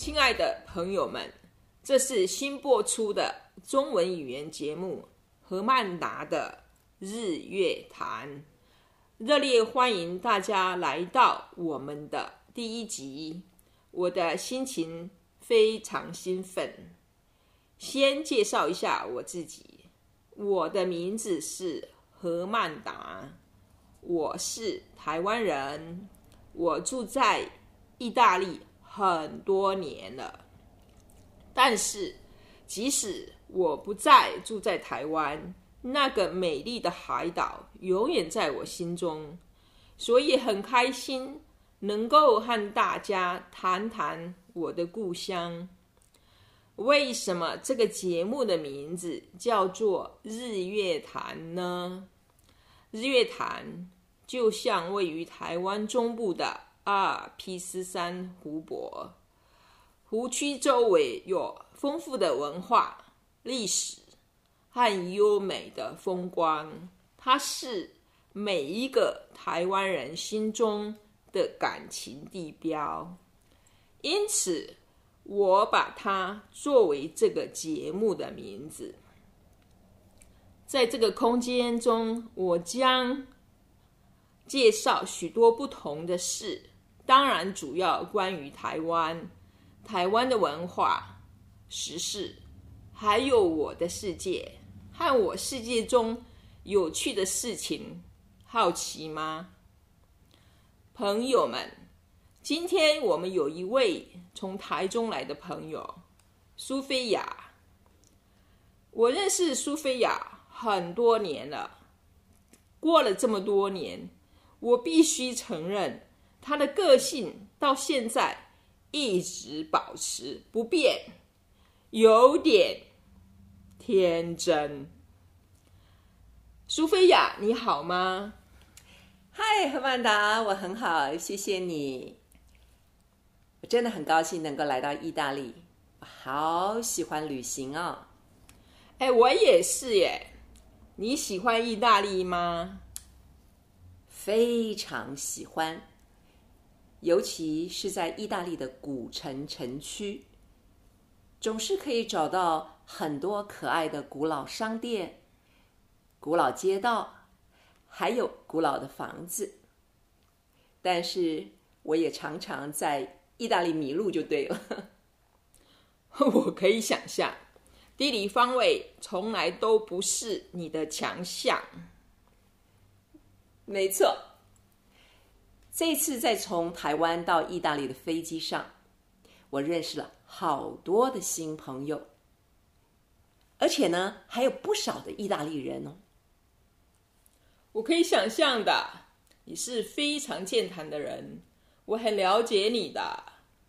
亲爱的朋友们，这是新播出的中文语言节目何曼达的日月谈，热烈欢迎大家来到我们的第1集。我的心情非常兴奋。先介绍一下我自己，我的名字是何曼达，我是台湾人，我住在意大利很多年了。但是即使我不再住在台湾，那个美丽的海岛永远在我心中，所以很开心能够和大家谈谈我的故乡。为什么这个节目的名字叫做日月潭呢？日月潭就像位于台湾中部的阿尔卑斯山湖泊，湖区周围有丰富的文化、历史和优美的风光，它是每一个台湾人心中的感情地标。因此我把它作为这个节目的名字。在这个空间中，我将介绍许多不同的事，当然主要关于台湾的文化、时事，还有我的世界和我世界中有趣的事情。好奇吗？朋友们，今天我们有一位从台中来的朋友苏菲亚。我认识苏菲亚很多年了，过了这么多年，我必须承认她的个性到现在一直保持不变，有点天真。苏菲亚，你好吗？ 嗨，何曼达，我很好，谢谢你。我真的很高兴能够来到意大利，我好喜欢旅行哦。 我也是耶。你喜欢意大利吗？ 非常喜欢，尤其是在意大利的古城城区，总是可以找到很多可爱的古老商店、古老街道，还有古老的房子。但是我也常常在意大利迷路就对了。 我可以想象，地理方位从来都不是你的强项。 没错，这次在从台湾到意大利的飞机上，我认识了好多的新朋友，而且呢，还有不少的意大利人哦。 我可以想象的，你是非常健谈的人，我很了解你的。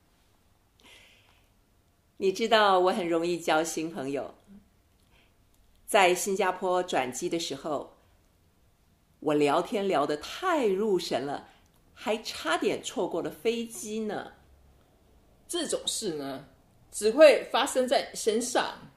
你知道我很容易交新朋友。在新加坡转机的时候，我聊天聊得太入神了，还差点错过了飞机呢。 这种事呢，只会发生在你身上。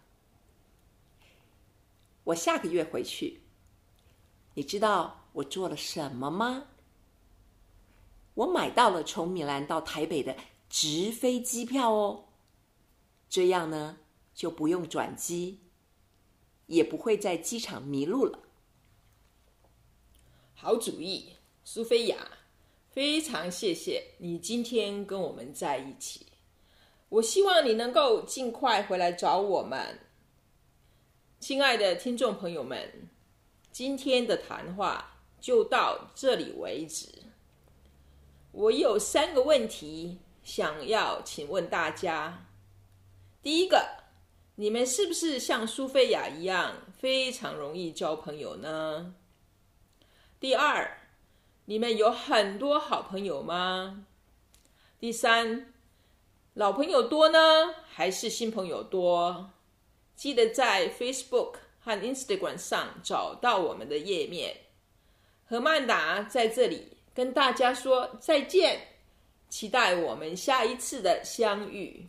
我下个月回去，你知道我做了什么吗？我买到了从米兰到台北的直飞机票哦。这样呢，就不用转机，也不会在机场迷路了。 好主意，苏菲亚，非常谢谢你今天跟我们在一起。我希望你能够尽快回来找我们。亲爱的听众朋友们，今天的谈话就到这里为止。我有3个问题想要请问大家。第一个，你们是不是像苏菲亚一样非常容易交朋友呢？第二，你们有很多好朋友吗？第三，老朋友多呢，还是新朋友多？记得在 Facebook 和 Instagram 上找到我们的页面。何曼达在这里跟大家说再见，期待我们下一次的相遇。